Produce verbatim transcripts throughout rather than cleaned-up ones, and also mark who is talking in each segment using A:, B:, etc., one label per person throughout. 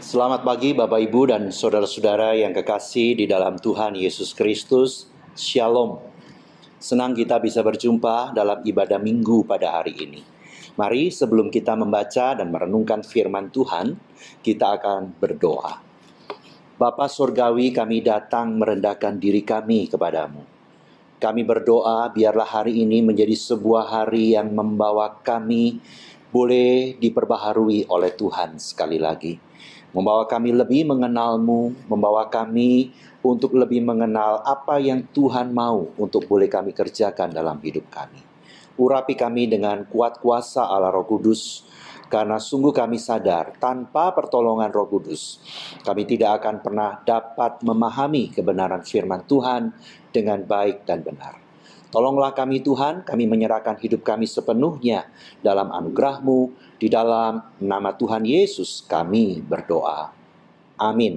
A: Selamat pagi Bapak Ibu dan saudara-saudara yang kekasih di dalam Tuhan Yesus Kristus. Shalom. Senang kita bisa berjumpa dalam ibadah minggu pada hari ini. Mari sebelum kita membaca dan merenungkan firman Tuhan, kita akan berdoa. Bapa Surgawi, kami datang merendahkan diri kami kepadamu. Kami berdoa biarlah hari ini menjadi sebuah hari yang membawa kami boleh diperbaharui oleh Tuhan sekali lagi. Membawa kami lebih mengenal-Mu, membawa kami untuk lebih mengenal apa yang Tuhan mau untuk boleh kami kerjakan dalam hidup kami. Urapi kami dengan kuat kuasa Allah Roh Kudus, karena sungguh kami sadar tanpa pertolongan Roh Kudus, kami tidak akan pernah dapat memahami kebenaran firman Tuhan dengan baik dan benar. Tolonglah kami Tuhan, kami menyerahkan hidup kami sepenuhnya dalam anugerah-Mu, di dalam nama Tuhan Yesus kami berdoa. Amin.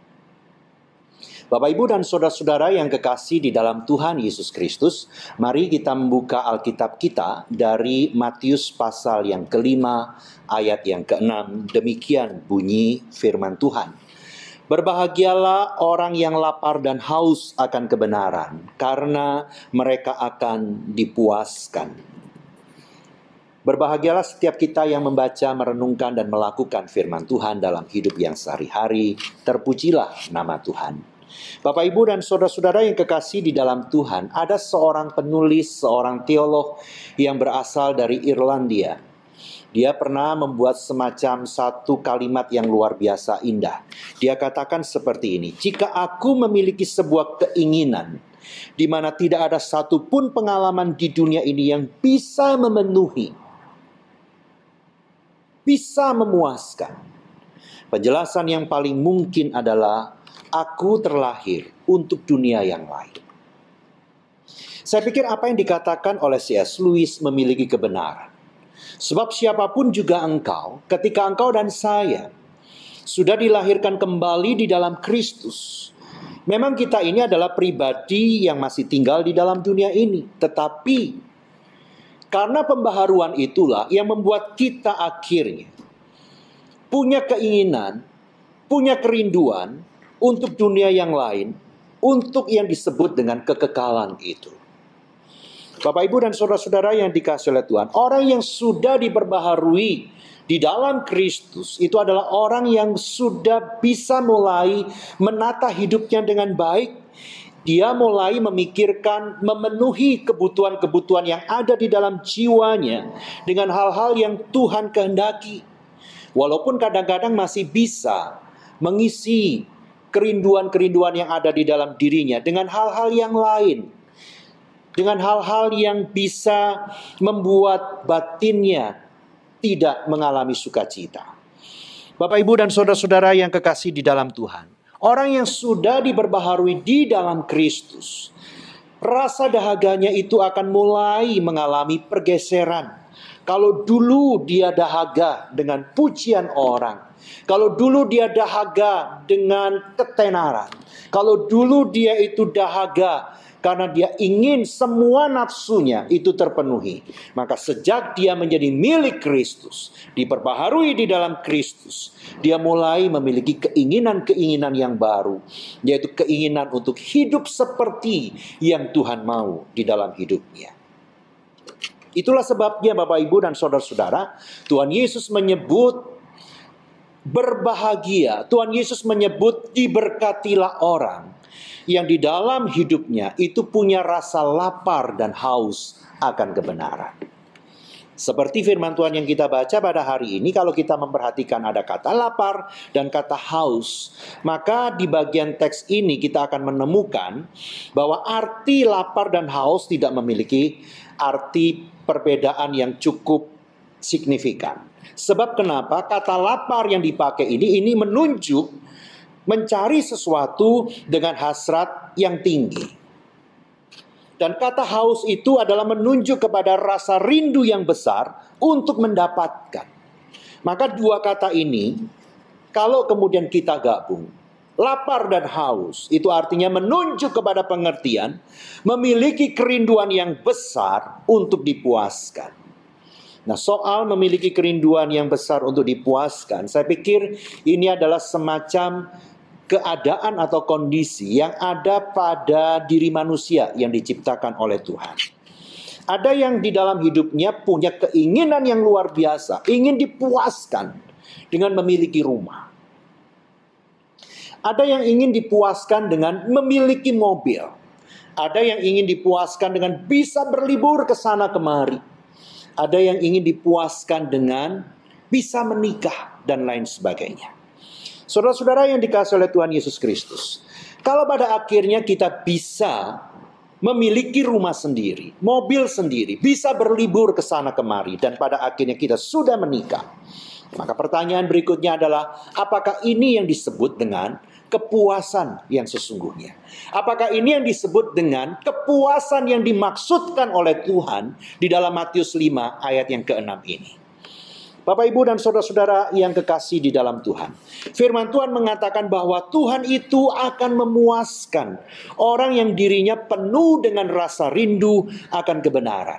A: Bapak Ibu dan saudara-saudara yang kekasih di dalam Tuhan Yesus Kristus, mari kita membuka Alkitab kita dari Matius pasal yang kelima, ayat yang keenam. Demikian bunyi firman Tuhan. Berbahagialah orang yang lapar dan haus akan kebenaran, karena mereka akan dipuaskan. Berbahagialah setiap kita yang membaca, merenungkan, dan melakukan firman Tuhan dalam hidup yang sehari-hari. Terpujilah nama Tuhan. Bapak, Ibu, dan saudara-saudara yang kekasih di dalam Tuhan, ada seorang penulis, seorang teolog yang berasal dari Irlandia. Dia pernah membuat semacam satu kalimat yang luar biasa indah. Dia katakan seperti ini, jika aku memiliki sebuah keinginan, di mana tidak ada satupun pengalaman di dunia ini yang bisa memenuhi, bisa memuaskan. Penjelasan yang paling mungkin adalah, aku terlahir untuk dunia yang lain. Saya pikir apa yang dikatakan oleh C S Lewis memiliki kebenaran. Sebab siapapun juga engkau, ketika engkau dan saya sudah dilahirkan kembali di dalam Kristus. Memang kita ini adalah pribadi yang masih tinggal di dalam dunia ini. Tetapi karena pembaharuan itulah yang membuat kita akhirnya punya keinginan, punya kerinduan untuk dunia yang lain, untuk yang disebut dengan kekekalan itu. Bapak, Ibu, dan saudara-saudara yang dikasihi oleh Tuhan, orang yang sudah diperbaharui di dalam Kristus itu adalah orang yang sudah bisa mulai menata hidupnya dengan baik. Dia mulai memikirkan, memenuhi kebutuhan-kebutuhan yang ada di dalam jiwanya dengan hal-hal yang Tuhan kehendaki. Walaupun kadang-kadang masih bisa mengisi kerinduan-kerinduan yang ada di dalam dirinya dengan hal-hal yang lain. Dengan hal-hal yang bisa membuat batinnya tidak mengalami sukacita. Bapak, Ibu, dan saudara-saudara yang kekasih di dalam Tuhan. Orang yang sudah diperbaharui di dalam Kristus, rasa dahaganya itu akan mulai mengalami pergeseran. Kalau dulu dia dahaga dengan pujian orang, kalau dulu dia dahaga dengan ketenaran, kalau dulu dia itu dahaga karena dia ingin semua nafsunya itu terpenuhi, maka sejak dia menjadi milik Kristus, diperbaharui di dalam Kristus, dia mulai memiliki keinginan-keinginan yang baru, yaitu keinginan untuk hidup seperti yang Tuhan mau di dalam hidupnya. Itulah sebabnya Bapak, Ibu, dan saudara-saudara, Tuhan Yesus menyebut berbahagia, Tuhan Yesus menyebut diberkatilah orang yang di dalam hidupnya itu punya rasa lapar dan haus akan kebenaran. Seperti firman Tuhan yang kita baca pada hari ini, kalau kita memperhatikan ada kata lapar dan kata haus, maka di bagian teks ini kita akan menemukan bahwa arti lapar dan haus tidak memiliki arti perbedaan yang cukup signifikan. Sebab kenapa kata lapar yang dipakai ini, ini menunjuk mencari sesuatu dengan hasrat yang tinggi. Dan kata haus itu adalah menunjuk kepada rasa rindu yang besar untuk mendapatkan. Maka dua kata ini, kalau kemudian kita gabung, lapar dan haus, itu artinya menunjuk kepada pengertian, memiliki kerinduan yang besar untuk dipuaskan. Nah, soal memiliki kerinduan yang besar untuk dipuaskan, saya pikir ini adalah semacam keadaan atau kondisi yang ada pada diri manusia yang diciptakan oleh Tuhan. Ada yang di dalam hidupnya punya keinginan yang luar biasa, ingin dipuaskan dengan memiliki rumah. Ada yang ingin dipuaskan dengan memiliki mobil. Ada yang ingin dipuaskan dengan bisa berlibur ke sana kemari. Ada yang ingin dipuaskan dengan bisa menikah dan lain sebagainya. Saudara-saudara yang dikasihi oleh Tuhan Yesus Kristus, kalau pada akhirnya kita bisa memiliki rumah sendiri, mobil sendiri, bisa berlibur ke sana kemari, dan pada akhirnya kita sudah menikah, maka pertanyaan berikutnya adalah, apakah ini yang disebut dengan kepuasan yang sesungguhnya? Apakah ini yang disebut dengan kepuasan yang dimaksudkan oleh Tuhan di dalam Matius lima ayat yang keenam ini? Bapak, Ibu, dan saudara-saudara yang kekasih di dalam Tuhan, firman Tuhan mengatakan bahwa Tuhan itu akan memuaskan orang yang dirinya penuh dengan rasa rindu akan kebenaran.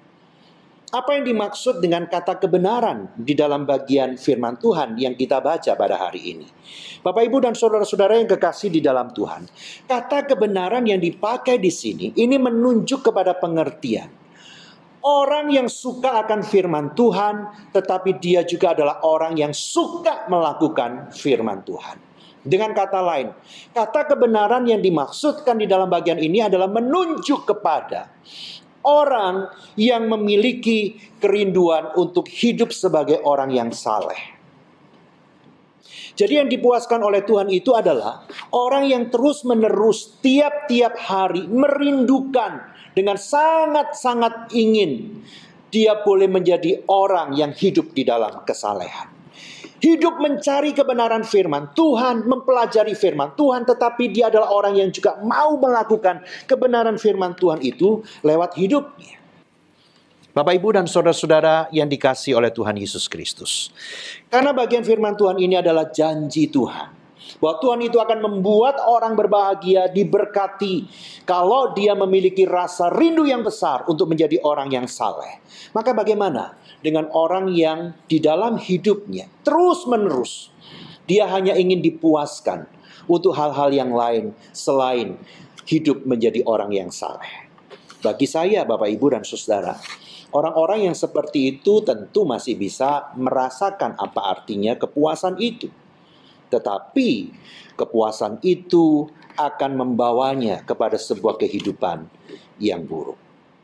A: Apa yang dimaksud dengan kata kebenaran di dalam bagian firman Tuhan yang kita baca pada hari ini? Bapak, Ibu, dan saudara-saudara yang kekasih di dalam Tuhan, kata kebenaran yang dipakai di sini ini menunjuk kepada pengertian orang yang suka akan firman Tuhan, tetapi dia juga adalah orang yang suka melakukan firman Tuhan. Dengan kata lain, kata kebenaran yang dimaksudkan di dalam bagian ini adalah menunjuk kepada orang yang memiliki kerinduan untuk hidup sebagai orang yang saleh. Jadi yang dipuaskan oleh Tuhan itu adalah orang yang terus-menerus tiap-tiap hari merindukan dengan sangat-sangat ingin dia boleh menjadi orang yang hidup di dalam kesalehan. Hidup mencari kebenaran firman Tuhan, mempelajari firman Tuhan, tetapi dia adalah orang yang juga mau melakukan kebenaran firman Tuhan itu lewat hidupnya. Bapak, Ibu, dan saudara-saudara yang dikasihi oleh Tuhan Yesus Kristus. Karena bagian firman Tuhan ini adalah janji Tuhan, bahwa Tuhan itu akan membuat orang berbahagia, diberkati, kalau dia memiliki rasa rindu yang besar untuk menjadi orang yang saleh. Maka bagaimana dengan orang yang di dalam hidupnya terus-menerus dia hanya ingin dipuaskan untuk hal-hal yang lain selain hidup menjadi orang yang saleh? Bagi saya, Bapak, Ibu, dan saudara, orang-orang yang seperti itu tentu masih bisa merasakan apa artinya kepuasan itu. Tetapi kepuasan itu akan membawanya kepada sebuah kehidupan yang buruk.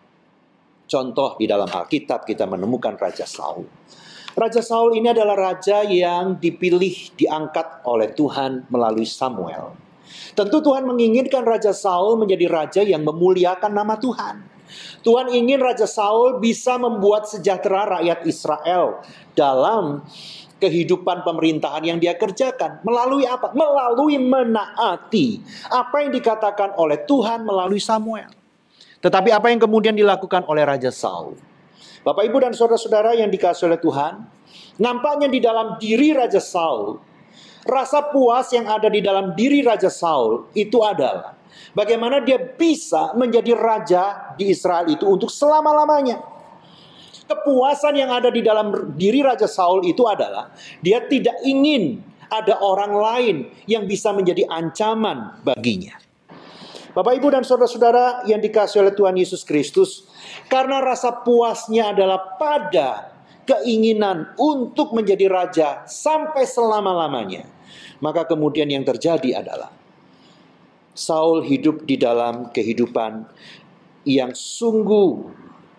A: Contoh di dalam Alkitab kita menemukan Raja Saul. Raja Saul ini adalah raja yang dipilih, diangkat oleh Tuhan melalui Samuel. Tentu Tuhan menginginkan Raja Saul menjadi raja yang memuliakan nama Tuhan. Tuhan ingin Raja Saul bisa membuat sejahtera rakyat Israel dalam kehidupan pemerintahan yang dia kerjakan. Melalui apa? Melalui menaati apa yang dikatakan oleh Tuhan melalui Samuel. Tetapi apa yang kemudian dilakukan oleh Raja Saul? Bapak, Ibu, dan saudara-saudara yang dikasihi oleh Tuhan, nampaknya di dalam diri Raja Saul, rasa puas yang ada di dalam diri Raja Saul itu adalah bagaimana dia bisa menjadi raja di Israel itu untuk selama-lamanya. Kepuasan yang ada di dalam diri Raja Saul itu adalah dia tidak ingin ada orang lain yang bisa menjadi ancaman baginya. Bapak, Ibu, dan saudara-saudara yang dikasihi oleh Tuhan Yesus Kristus, karena rasa puasnya adalah pada keinginan untuk menjadi raja sampai selama-lamanya, maka kemudian yang terjadi adalah Saul hidup di dalam kehidupan yang sungguh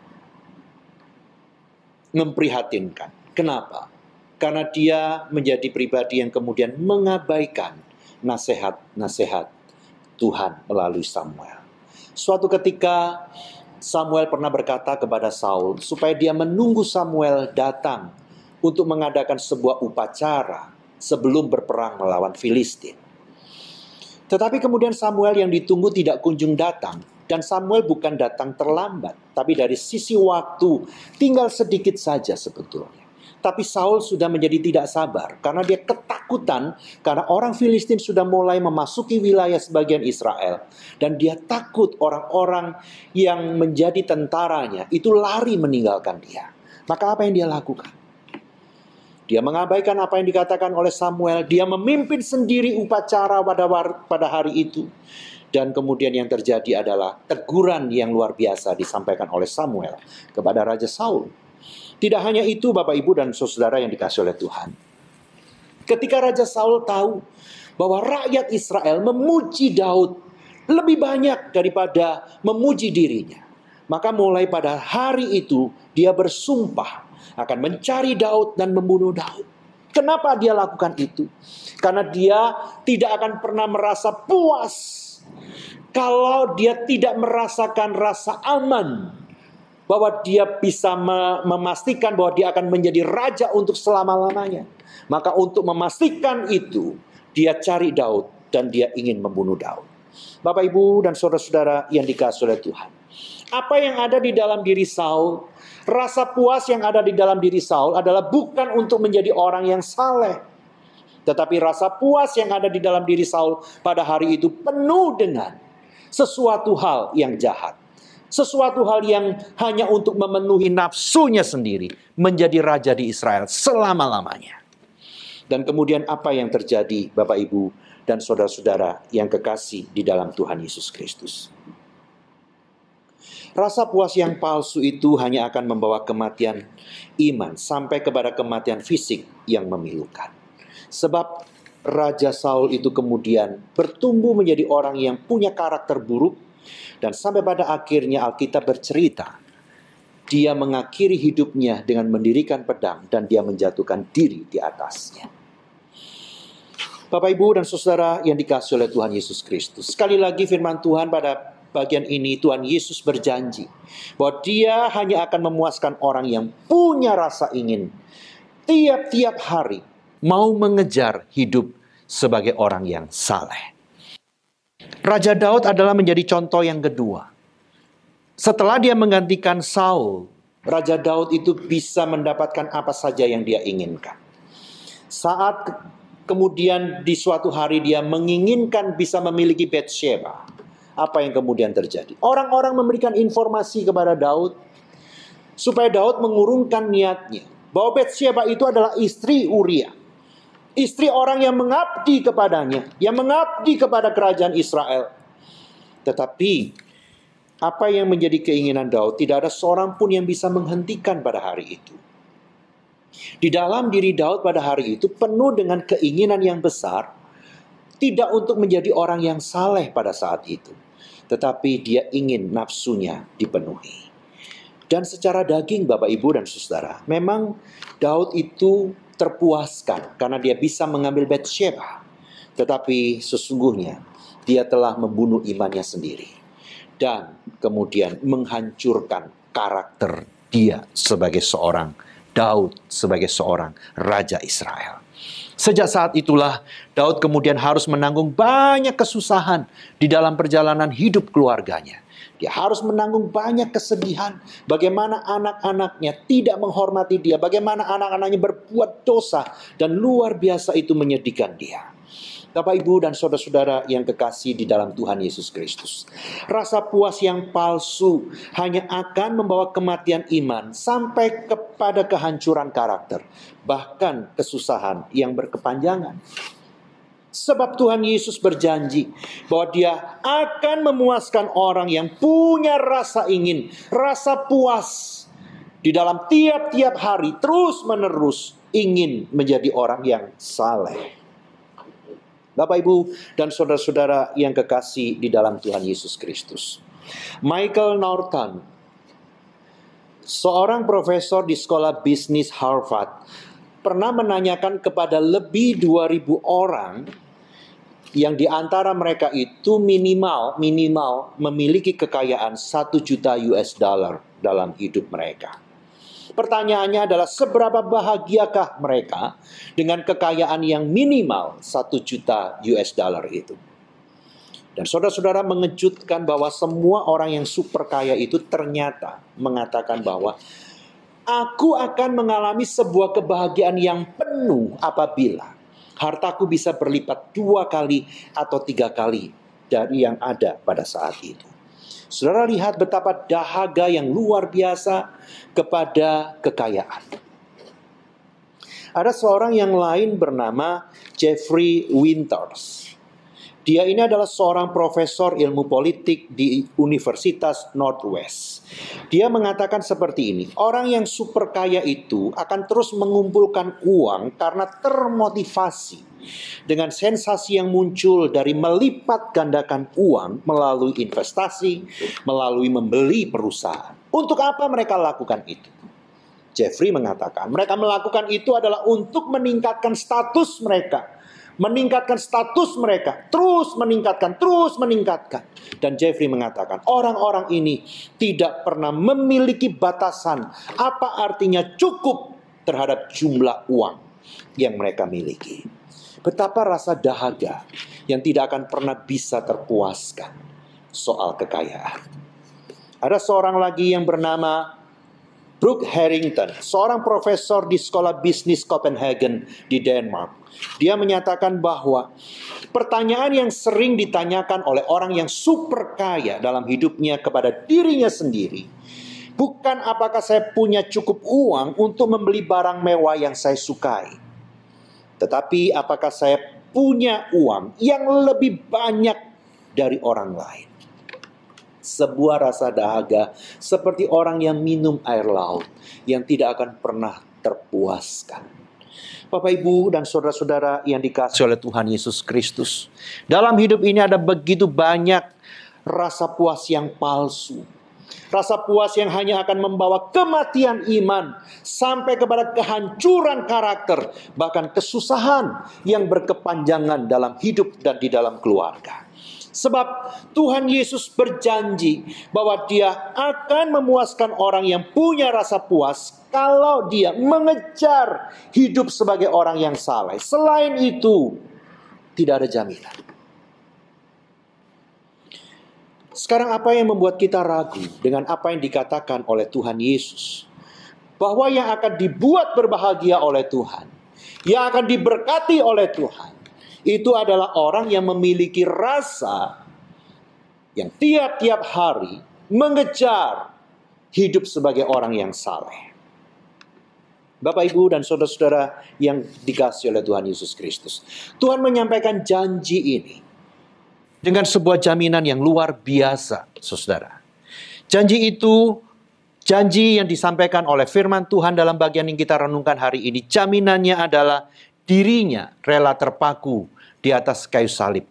A: memprihatinkan. Kenapa? Karena dia menjadi pribadi yang kemudian mengabaikan nasihat-nasihat Tuhan melalui Samuel. Suatu ketika Samuel pernah berkata kepada Saul supaya dia menunggu Samuel datang untuk mengadakan sebuah upacara sebelum berperang melawan Filistin. Tetapi kemudian Samuel yang ditunggu tidak kunjung datang. Dan Samuel bukan datang terlambat, tapi dari sisi waktu tinggal sedikit saja sebetulnya. Tapi Saul sudah menjadi tidak sabar karena dia ketakutan karena orang Filistin sudah mulai memasuki wilayah sebagian Israel. Dan dia takut orang-orang yang menjadi tentaranya itu lari meninggalkan dia. Maka apa yang dia lakukan? Dia mengabaikan apa yang dikatakan oleh Samuel. Dia memimpin sendiri upacara pada, pada hari itu. Dan kemudian yang terjadi adalah teguran yang luar biasa disampaikan oleh Samuel kepada Raja Saul. Tidak hanya itu Bapak Ibu dan Saudara yang dikasihi oleh Tuhan. Ketika Raja Saul tahu bahwa rakyat Israel memuji Daud lebih banyak daripada memuji dirinya, maka mulai pada hari itu dia bersumpah akan mencari Daud dan membunuh Daud. Kenapa dia lakukan itu? Karena dia tidak akan pernah merasa puas kalau dia tidak merasakan rasa aman, bahwa dia bisa memastikan bahwa dia akan menjadi raja untuk selama-lamanya. Maka untuk memastikan itu, dia cari Daud dan dia ingin membunuh Daud. Bapak, Ibu, dan saudara-saudara yang dikasihi oleh Tuhan, apa yang ada di dalam diri Saul, rasa puas yang ada di dalam diri Saul adalah bukan untuk menjadi orang yang saleh. Tetapi rasa puas yang ada di dalam diri Saul pada hari itu penuh dengan sesuatu hal yang jahat. Sesuatu hal yang hanya untuk memenuhi nafsunya sendiri, menjadi raja di Israel selama-lamanya. Dan kemudian apa yang terjadi Bapak Ibu dan saudara-saudara yang kekasih di dalam Tuhan Yesus Kristus? Rasa puas yang palsu itu hanya akan membawa kematian iman sampai kepada kematian fisik yang memilukan. Sebab Raja Saul itu kemudian bertumbuh menjadi orang yang punya karakter buruk. Dan sampai pada akhirnya Alkitab bercerita, dia mengakhiri hidupnya dengan mendirikan pedang dan dia menjatuhkan diri di atasnya. Bapak, Ibu, dan saudara yang dikasihi oleh Tuhan Yesus Kristus. Sekali lagi firman Tuhan pada bagian ini, Tuhan Yesus berjanji bahwa dia hanya akan memuaskan orang yang punya rasa ingin tiap-tiap hari mau mengejar hidup sebagai orang yang saleh. Raja Daud adalah menjadi contoh yang kedua. Setelah dia menggantikan Saul, Raja Daud itu bisa mendapatkan apa saja yang dia inginkan. Saat kemudian di suatu hari dia menginginkan bisa memiliki Batsheba, apa yang kemudian terjadi? Orang-orang memberikan informasi kepada Daud supaya Daud mengurungkan niatnya bahwa Batsheba itu adalah istri Uria. Istri orang yang mengabdi kepadanya, yang mengabdi kepada kerajaan Israel. Tetapi apa yang menjadi keinginan Daud, tidak ada seorang pun yang bisa menghentikan pada hari itu. Di dalam diri Daud pada hari itu penuh dengan keinginan yang besar, tidak untuk menjadi orang yang saleh pada saat itu, tetapi dia ingin nafsunya dipenuhi. Dan secara daging Bapak, Ibu, dan saudara, memang Daud itu terpuaskan karena dia bisa mengambil Batsheba. Tetapi sesungguhnya dia telah membunuh imannya sendiri. Dan kemudian menghancurkan karakter dia sebagai seorang Daud, sebagai seorang Raja Israel. Sejak saat itulah Daud kemudian harus menanggung banyak kesusahan di dalam perjalanan hidup keluarganya. Dia harus menanggung banyak kesedihan. Bagaimana anak-anaknya tidak menghormati dia. Bagaimana anak-anaknya berbuat dosa. Dan luar biasa itu menyedihkan dia. Bapak, Ibu, dan saudara-saudara yang kekasih di dalam Tuhan Yesus Kristus. Rasa puas yang palsu hanya akan membawa kematian iman sampai kepada kehancuran karakter. Bahkan kesusahan yang berkepanjangan. Sebab Tuhan Yesus berjanji bahwa dia akan memuaskan orang yang punya rasa ingin, rasa puas di dalam tiap-tiap hari terus menerus ingin menjadi orang yang saleh. Bapak, Ibu, dan saudara-saudara yang kekasih di dalam Tuhan Yesus Kristus. Michael Norton, seorang profesor di sekolah bisnis Harvard, pernah menanyakan kepada lebih dua ribu orang yang di antara mereka itu minimal minimal memiliki kekayaan satu juta U S dollar dalam hidup mereka. Pertanyaannya adalah seberapa bahagiakah mereka dengan kekayaan yang minimal satu juta U S dollar itu. Dan saudara-saudara, mengejutkan bahwa semua orang yang super kaya itu ternyata mengatakan bahwa aku akan mengalami sebuah kebahagiaan yang penuh apabila hartaku bisa berlipat dua kali atau tiga kali dari yang ada pada saat itu. Saudara lihat betapa dahaga yang luar biasa kepada kekayaan. Ada seorang yang lain bernama Jeffrey Winters. Dia ini adalah seorang profesor ilmu politik di Universitas Northwest. Dia mengatakan seperti ini, orang yang super kaya itu akan terus mengumpulkan uang karena termotivasi dengan sensasi yang muncul dari melipat gandakan uang melalui investasi, melalui membeli perusahaan. Untuk apa mereka lakukan itu? Jeffrey mengatakan mereka melakukan itu adalah untuk meningkatkan status mereka. Meningkatkan status mereka, terus meningkatkan, terus meningkatkan. Dan Jeffrey mengatakan, orang-orang ini tidak pernah memiliki batasan apa artinya cukup terhadap jumlah uang yang mereka miliki. Betapa rasa dahaga yang tidak akan pernah bisa terpuaskan soal kekayaan. Ada seorang lagi yang bernama Brooke Harrington, seorang profesor di Sekolah Bisnis Copenhagen di Denmark. Dia menyatakan bahwa pertanyaan yang sering ditanyakan oleh orang yang super kaya dalam hidupnya kepada dirinya sendiri, bukan apakah saya punya cukup uang untuk membeli barang mewah yang saya sukai, tetapi apakah saya punya uang yang lebih banyak dari orang lain. Sebuah rasa dahaga seperti orang yang minum air laut yang tidak akan pernah terpuaskan. Bapak, Ibu, dan saudara-saudara yang dikasihi oleh Tuhan Yesus Kristus, dalam hidup ini ada begitu banyak rasa puas yang palsu. Rasa puas yang hanya akan membawa kematian iman sampai kepada kehancuran karakter, bahkan kesusahan yang berkepanjangan dalam hidup dan di dalam keluarga. Sebab Tuhan Yesus berjanji bahwa Dia akan memuaskan orang yang punya rasa puas kalau dia mengejar hidup sebagai orang yang saleh. Selain itu, tidak ada jaminan. Sekarang apa yang membuat kita ragu dengan apa yang dikatakan oleh Tuhan Yesus? Bahwa yang akan dibuat berbahagia oleh Tuhan, yang akan diberkati oleh Tuhan, itu adalah orang yang memiliki rasa yang tiap-tiap hari mengejar hidup sebagai orang yang saleh. Bapak, Ibu, dan saudara-saudara yang dikasihi oleh Tuhan Yesus Kristus, Tuhan menyampaikan janji ini dengan sebuah jaminan yang luar biasa, saudara. Janji itu, janji yang disampaikan oleh firman Tuhan dalam bagian yang kita renungkan hari ini, jaminannya adalah dirinya rela terpaku di atas kayu salib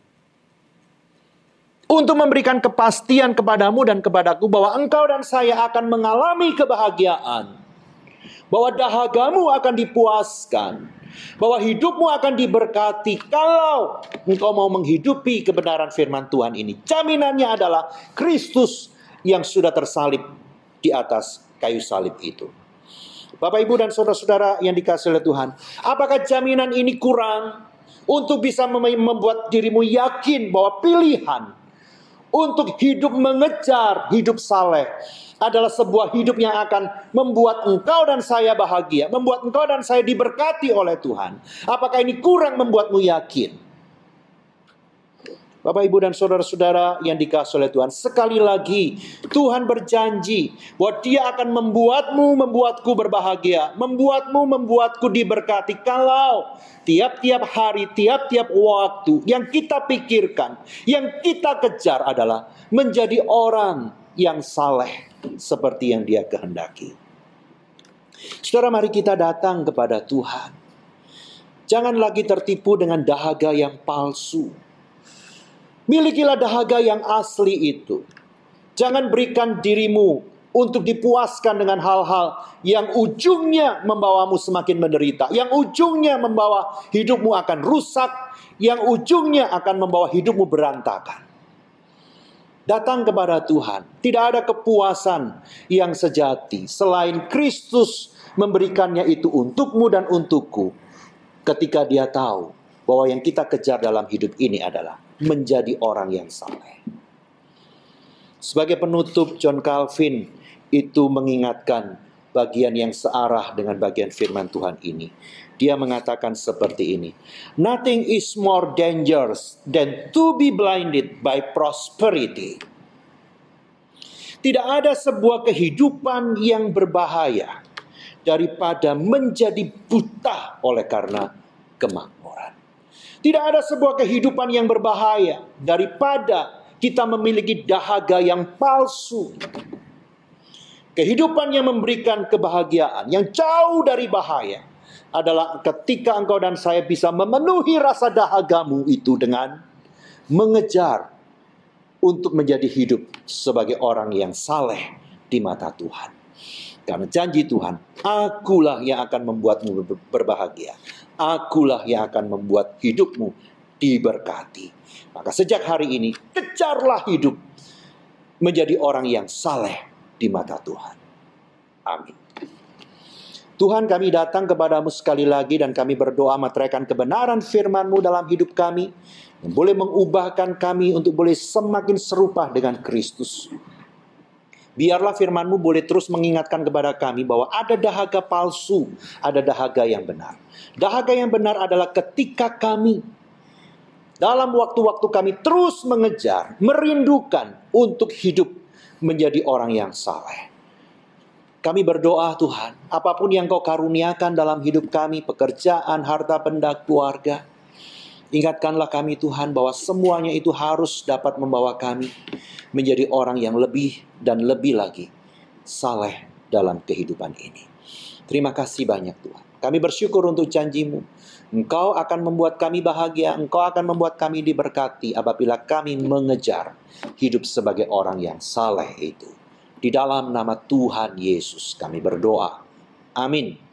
A: untuk memberikan kepastian kepadamu dan kepadaku bahwa engkau dan saya akan mengalami kebahagiaan, bahwa dahagamu akan dipuaskan, bahwa hidupmu akan diberkati kalau engkau mau menghidupi kebenaran firman Tuhan ini. Jaminannya adalah Kristus yang sudah tersalib di atas kayu salib itu. Bapak, Ibu, dan saudara-saudara yang dikasihi oleh Tuhan, apakah jaminan ini kurang untuk bisa membuat dirimu yakin bahwa pilihan untuk hidup mengejar hidup saleh adalah sebuah hidup yang akan membuat engkau dan saya bahagia, membuat engkau dan saya diberkati oleh Tuhan? Apakah ini kurang membuatmu yakin? Bapak, Ibu, dan saudara-saudara yang dikasihi oleh Tuhan, sekali lagi Tuhan berjanji bahwa Dia akan membuatmu, membuatku berbahagia, membuatmu, membuatku diberkati kalau tiap-tiap hari, tiap-tiap waktu yang kita pikirkan, yang kita kejar adalah menjadi orang yang saleh seperti yang Dia kehendaki. Saudara, mari kita datang kepada Tuhan. Jangan lagi tertipu dengan dahaga yang palsu. Milikilah dahaga yang asli itu. Jangan berikan dirimu untuk dipuaskan dengan hal-hal yang ujungnya membawamu semakin menderita, yang ujungnya membawa hidupmu akan rusak, yang ujungnya akan membawa hidupmu berantakan. Datang kepada Tuhan. Tidak ada kepuasan yang sejati selain Kristus memberikannya itu untukmu dan untukku, ketika Dia tahu bahwa yang kita kejar dalam hidup ini adalah menjadi orang yang saleh. Sebagai penutup, John Calvin itu mengingatkan bagian yang searah dengan bagian firman Tuhan ini. Dia mengatakan seperti ini. Nothing is more dangerous than to be blinded by prosperity. Tidak ada sebuah kehidupan yang berbahaya daripada menjadi buta oleh karena kemakmuran. Tidak ada sebuah kehidupan yang berbahaya daripada kita memiliki dahaga yang palsu. Kehidupan yang memberikan kebahagiaan, yang jauh dari bahaya, adalah ketika engkau dan saya bisa memenuhi rasa dahagamu itu dengan mengejar untuk menjadi hidup sebagai orang yang saleh di mata Tuhan. Karena janji Tuhan, akulah yang akan membuatmu berbahagia. Akulah yang akan membuat hidupmu diberkati. Maka sejak hari ini, kejarlah hidup menjadi orang yang saleh di mata Tuhan. Amin. Tuhan, kami datang kepadamu sekali lagi dan kami berdoa meteraikan kebenaran firman-Mu dalam hidup kami, yang boleh mengubahkan kami untuk boleh semakin serupa dengan Kristus. Biarlah firman-Mu boleh terus mengingatkan kepada kami bahwa ada dahaga palsu, ada dahaga yang benar. Dahaga yang benar adalah ketika kami dalam waktu-waktu kami terus mengejar, merindukan untuk hidup menjadi orang yang saleh. Kami berdoa Tuhan, apapun yang Kau karuniakan dalam hidup kami, pekerjaan, harta benda, keluarga, ingatkanlah kami Tuhan bahwa semuanya itu harus dapat membawa kami menjadi orang yang lebih dan lebih lagi saleh dalam kehidupan ini. Terima kasih banyak Tuhan. Kami bersyukur untuk janji-Mu. Engkau akan membuat kami bahagia, Engkau akan membuat kami diberkati apabila kami mengejar hidup sebagai orang yang saleh itu. Di dalam nama Tuhan Yesus kami berdoa. Amin.